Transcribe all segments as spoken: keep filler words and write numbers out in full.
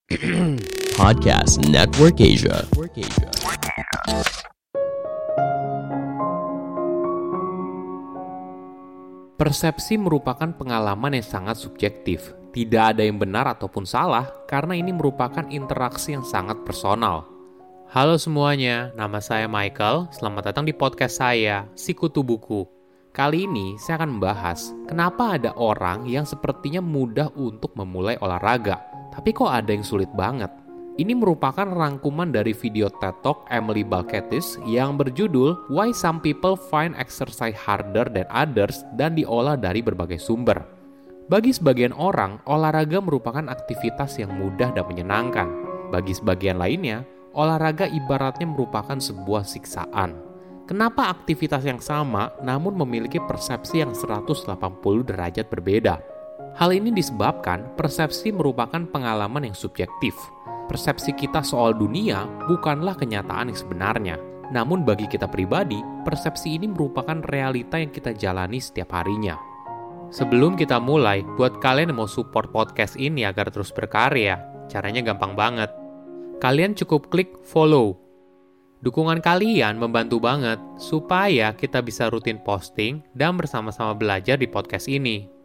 Podcast Network Asia. Persepsi merupakan pengalaman yang sangat subjektif. Tidak ada yang benar ataupun salah karena ini merupakan interaksi yang sangat personal. Halo semuanya, nama saya Michael. Selamat datang di podcast saya, Sikutu Buku. Kali ini saya akan membahas kenapa ada orang yang sepertinya mudah untuk memulai olahraga, tapi kok ada yang sulit banget. Ini merupakan rangkuman dari video TED Talk Emily Balcetis yang berjudul Why Some People Find Exercise Harder Than Others dan diolah dari berbagai sumber. Bagi sebagian orang, olahraga merupakan aktivitas yang mudah dan menyenangkan. Bagi sebagian lainnya, olahraga ibaratnya merupakan sebuah siksaan. Kenapa aktivitas yang sama namun memiliki persepsi yang seratus delapan puluh derajat berbeda? Hal ini disebabkan persepsi merupakan pengalaman yang subjektif. Persepsi kita soal dunia bukanlah kenyataan yang sebenarnya. Namun bagi kita pribadi, persepsi ini merupakan realita yang kita jalani setiap harinya. Sebelum kita mulai, buat kalian yang mau support podcast ini agar terus berkarya, caranya gampang banget. Kalian cukup klik follow. Dukungan kalian membantu banget supaya kita bisa rutin posting dan bersama-sama belajar di podcast ini.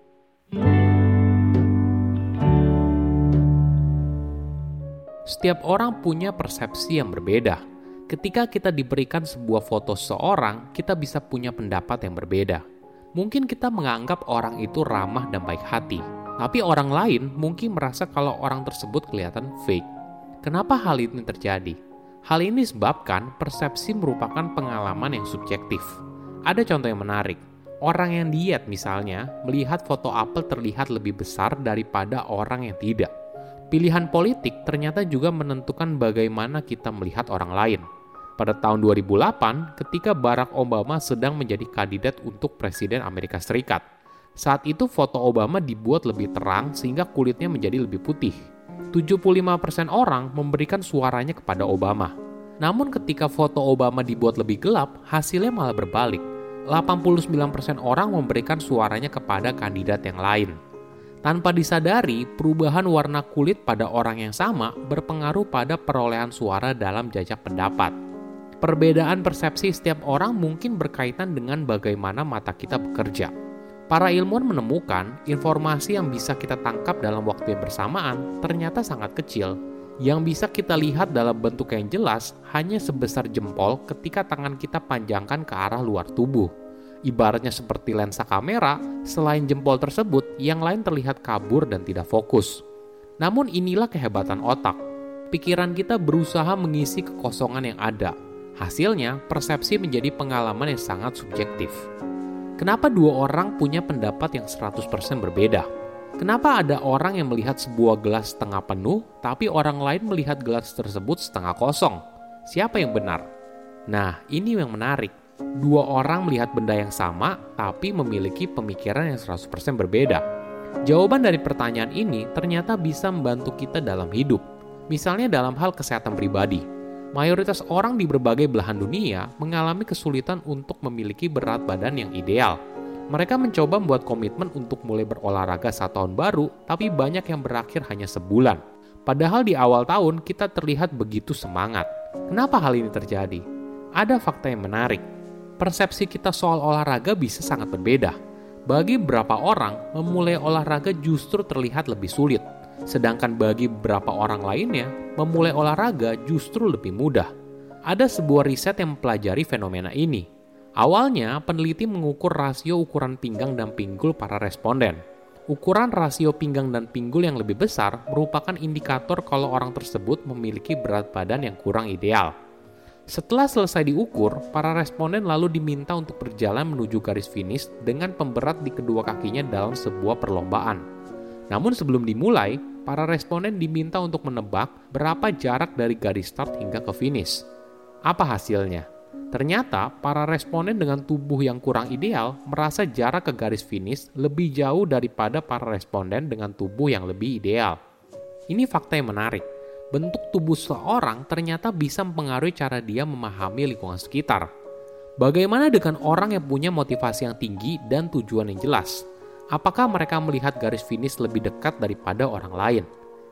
Setiap orang punya persepsi yang berbeda. Ketika kita diberikan sebuah foto seseorang, kita bisa punya pendapat yang berbeda. Mungkin kita menganggap orang itu ramah dan baik hati, tapi orang lain mungkin merasa kalau orang tersebut kelihatan fake. Kenapa hal ini terjadi? Hal ini disebabkan persepsi merupakan pengalaman yang subjektif. Ada contoh yang menarik. Orang yang diet misalnya, melihat foto apel terlihat lebih besar daripada orang yang tidak. Pilihan politik ternyata juga menentukan bagaimana kita melihat orang lain. Pada tahun dua ribu delapan, ketika Barack Obama sedang menjadi kandidat untuk Presiden Amerika Serikat. Saat itu foto Obama dibuat lebih terang sehingga kulitnya menjadi lebih putih. tujuh puluh lima persen orang memberikan suaranya kepada Obama. Namun ketika foto Obama dibuat lebih gelap, hasilnya malah berbalik. delapan puluh sembilan persen orang memberikan suaranya kepada kandidat yang lain. Tanpa disadari, perubahan warna kulit pada orang yang sama berpengaruh pada perolehan suara dalam jajak pendapat. Perbedaan persepsi setiap orang mungkin berkaitan dengan bagaimana mata kita bekerja. Para ilmuwan menemukan informasi yang bisa kita tangkap dalam waktu yang bersamaan ternyata sangat kecil. Yang bisa kita lihat dalam bentuk yang jelas hanya sebesar jempol ketika tangan kita panjangkan ke arah luar tubuh. Ibaratnya seperti lensa kamera, selain jempol tersebut, yang lain terlihat kabur dan tidak fokus. Namun inilah kehebatan otak. Pikiran kita berusaha mengisi kekosongan yang ada. Hasilnya, persepsi menjadi pengalaman yang sangat subjektif. Kenapa dua orang punya pendapat yang seratus persen berbeda? Kenapa ada orang yang melihat sebuah gelas setengah penuh, tapi orang lain melihat gelas tersebut setengah kosong? Siapa yang benar? Nah, ini yang menarik. Dua orang melihat benda yang sama, tapi memiliki pemikiran yang seratus persen berbeda. Jawaban dari pertanyaan ini ternyata bisa membantu kita dalam hidup. Misalnya dalam hal kesehatan pribadi. Mayoritas orang di berbagai belahan dunia mengalami kesulitan untuk memiliki berat badan yang ideal. Mereka mencoba membuat komitmen untuk mulai berolahraga saat tahun baru, tapi banyak yang berakhir hanya sebulan. Padahal di awal tahun kita terlihat begitu semangat. Kenapa hal ini terjadi? Ada fakta yang menarik. Persepsi kita soal olahraga bisa sangat berbeda. Bagi beberapa orang, memulai olahraga justru terlihat lebih sulit. Sedangkan bagi beberapa orang lainnya, memulai olahraga justru lebih mudah. Ada sebuah riset yang mempelajari fenomena ini. Awalnya, peneliti mengukur rasio ukuran pinggang dan pinggul para responden. Ukuran rasio pinggang dan pinggul yang lebih besar merupakan indikator kalau orang tersebut memiliki berat badan yang kurang ideal. Setelah selesai diukur, para responden lalu diminta untuk berjalan menuju garis finish dengan pemberat di kedua kakinya dalam sebuah perlombaan. Namun sebelum dimulai, para responden diminta untuk menebak berapa jarak dari garis start hingga ke finish. Apa hasilnya? Ternyata, para responden dengan tubuh yang kurang ideal merasa jarak ke garis finish lebih jauh daripada para responden dengan tubuh yang lebih ideal. Ini fakta yang menarik. Bentuk tubuh seseorang ternyata bisa mempengaruhi cara dia memahami lingkungan sekitar. Bagaimana dengan orang yang punya motivasi yang tinggi dan tujuan yang jelas? Apakah mereka melihat garis finish lebih dekat daripada orang lain?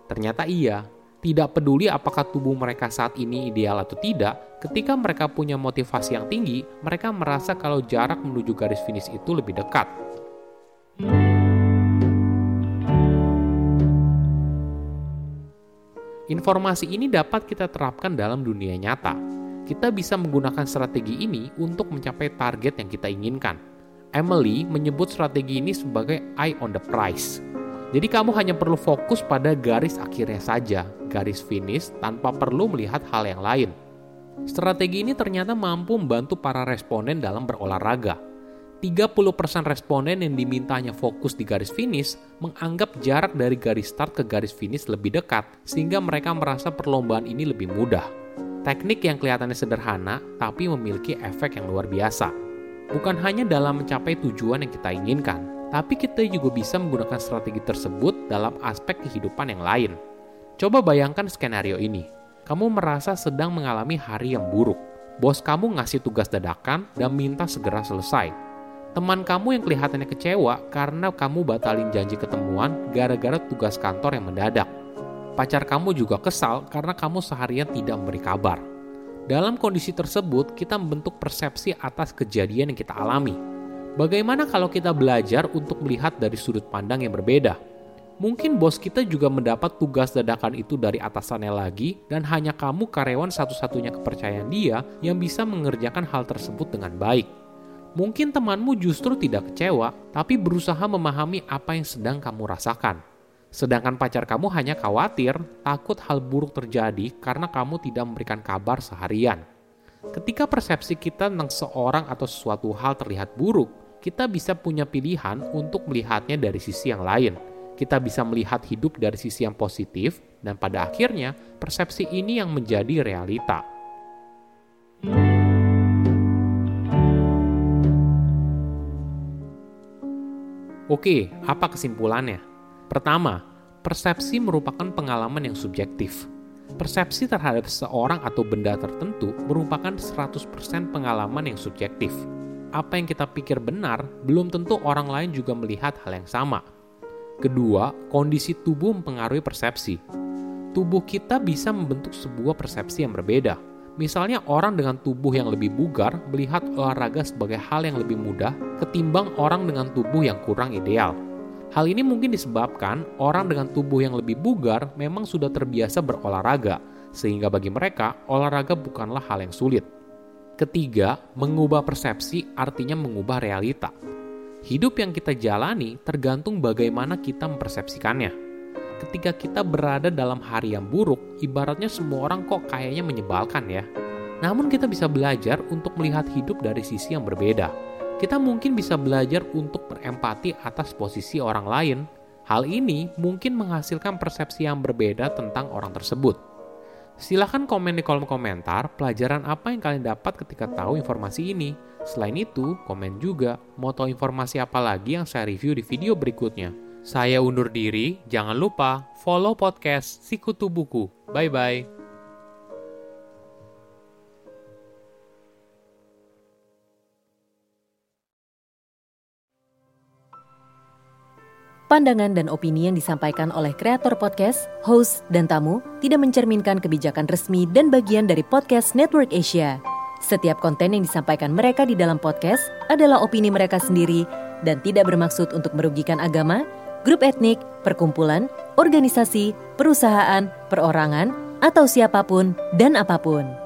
Ternyata iya. Tidak peduli apakah tubuh mereka saat ini ideal atau tidak, ketika mereka punya motivasi yang tinggi, mereka merasa kalau jarak menuju garis finish itu lebih dekat. Informasi ini dapat kita terapkan dalam dunia nyata. Kita bisa menggunakan strategi ini untuk mencapai target yang kita inginkan. Emily menyebut strategi ini sebagai eye on the prize. Jadi kamu hanya perlu fokus pada garis akhirnya saja, garis finish, tanpa perlu melihat hal yang lain. Strategi ini ternyata mampu membantu para responden dalam berolahraga. tiga puluh persen responden yang dimintanya fokus di garis finish menganggap jarak dari garis start ke garis finish lebih dekat, sehingga mereka merasa perlombaan ini lebih mudah. Teknik yang kelihatannya sederhana, tapi memiliki efek yang luar biasa. Bukan hanya dalam mencapai tujuan yang kita inginkan, tapi kita juga bisa menggunakan strategi tersebut dalam aspek kehidupan yang lain. Coba bayangkan skenario ini. Kamu merasa sedang mengalami hari yang buruk. Bos kamu ngasih tugas dadakan dan minta segera selesai. Teman kamu yang kelihatannya kecewa karena kamu batalin janji ketemuan gara-gara tugas kantor yang mendadak. Pacar kamu juga kesal karena kamu seharian tidak memberi kabar. Dalam kondisi tersebut, kita membentuk persepsi atas kejadian yang kita alami. Bagaimana kalau kita belajar untuk melihat dari sudut pandang yang berbeda? Mungkin bos kita juga mendapat tugas dadakan itu dari atasannya lagi dan hanya kamu karyawan satu-satunya kepercayaan dia yang bisa mengerjakan hal tersebut dengan baik. Mungkin temanmu justru tidak kecewa, tapi berusaha memahami apa yang sedang kamu rasakan. Sedangkan pacar kamu hanya khawatir, takut hal buruk terjadi karena kamu tidak memberikan kabar seharian. Ketika persepsi kita tentang seorang atau sesuatu hal terlihat buruk, kita bisa punya pilihan untuk melihatnya dari sisi yang lain. Kita bisa melihat hidup dari sisi yang positif, dan pada akhirnya persepsi ini yang menjadi realita. Oke, apa kesimpulannya? Pertama, persepsi merupakan pengalaman yang subjektif. Persepsi terhadap seseorang atau benda tertentu merupakan seratus persen pengalaman yang subjektif. Apa yang kita pikir benar, belum tentu orang lain juga melihat hal yang sama. Kedua, kondisi tubuh mempengaruhi persepsi. Tubuh kita bisa membentuk sebuah persepsi yang berbeda. Misalnya orang dengan tubuh yang lebih bugar melihat olahraga sebagai hal yang lebih mudah ketimbang orang dengan tubuh yang kurang ideal. Hal ini mungkin disebabkan orang dengan tubuh yang lebih bugar memang sudah terbiasa berolahraga, sehingga bagi mereka olahraga bukanlah hal yang sulit. Ketiga, mengubah persepsi artinya mengubah realita. Hidup yang kita jalani tergantung bagaimana kita mempersepsikannya. Ketika kita berada dalam hari yang buruk, ibaratnya semua orang kok kayaknya menyebalkan ya. Namun kita bisa belajar untuk melihat hidup dari sisi yang berbeda. Kita mungkin bisa belajar untuk berempati atas posisi orang lain. Hal ini mungkin menghasilkan persepsi yang berbeda tentang orang tersebut. Silahkan komen di kolom komentar pelajaran apa yang kalian dapat ketika tahu informasi ini. Selain itu, komen juga mau tahu informasi apa lagi yang saya review di video berikutnya. Saya undur diri, jangan lupa follow podcast Sikutu Buku. Bye-bye. Pandangan dan opini yang disampaikan oleh kreator podcast, host, dan tamu tidak mencerminkan kebijakan resmi dan bagian dari Podcast Network Asia. Setiap konten yang disampaikan mereka di dalam podcast adalah opini mereka sendiri dan tidak bermaksud untuk merugikan agama, grup etnik, perkumpulan, organisasi, perusahaan, perorangan, atau siapapun dan apapun.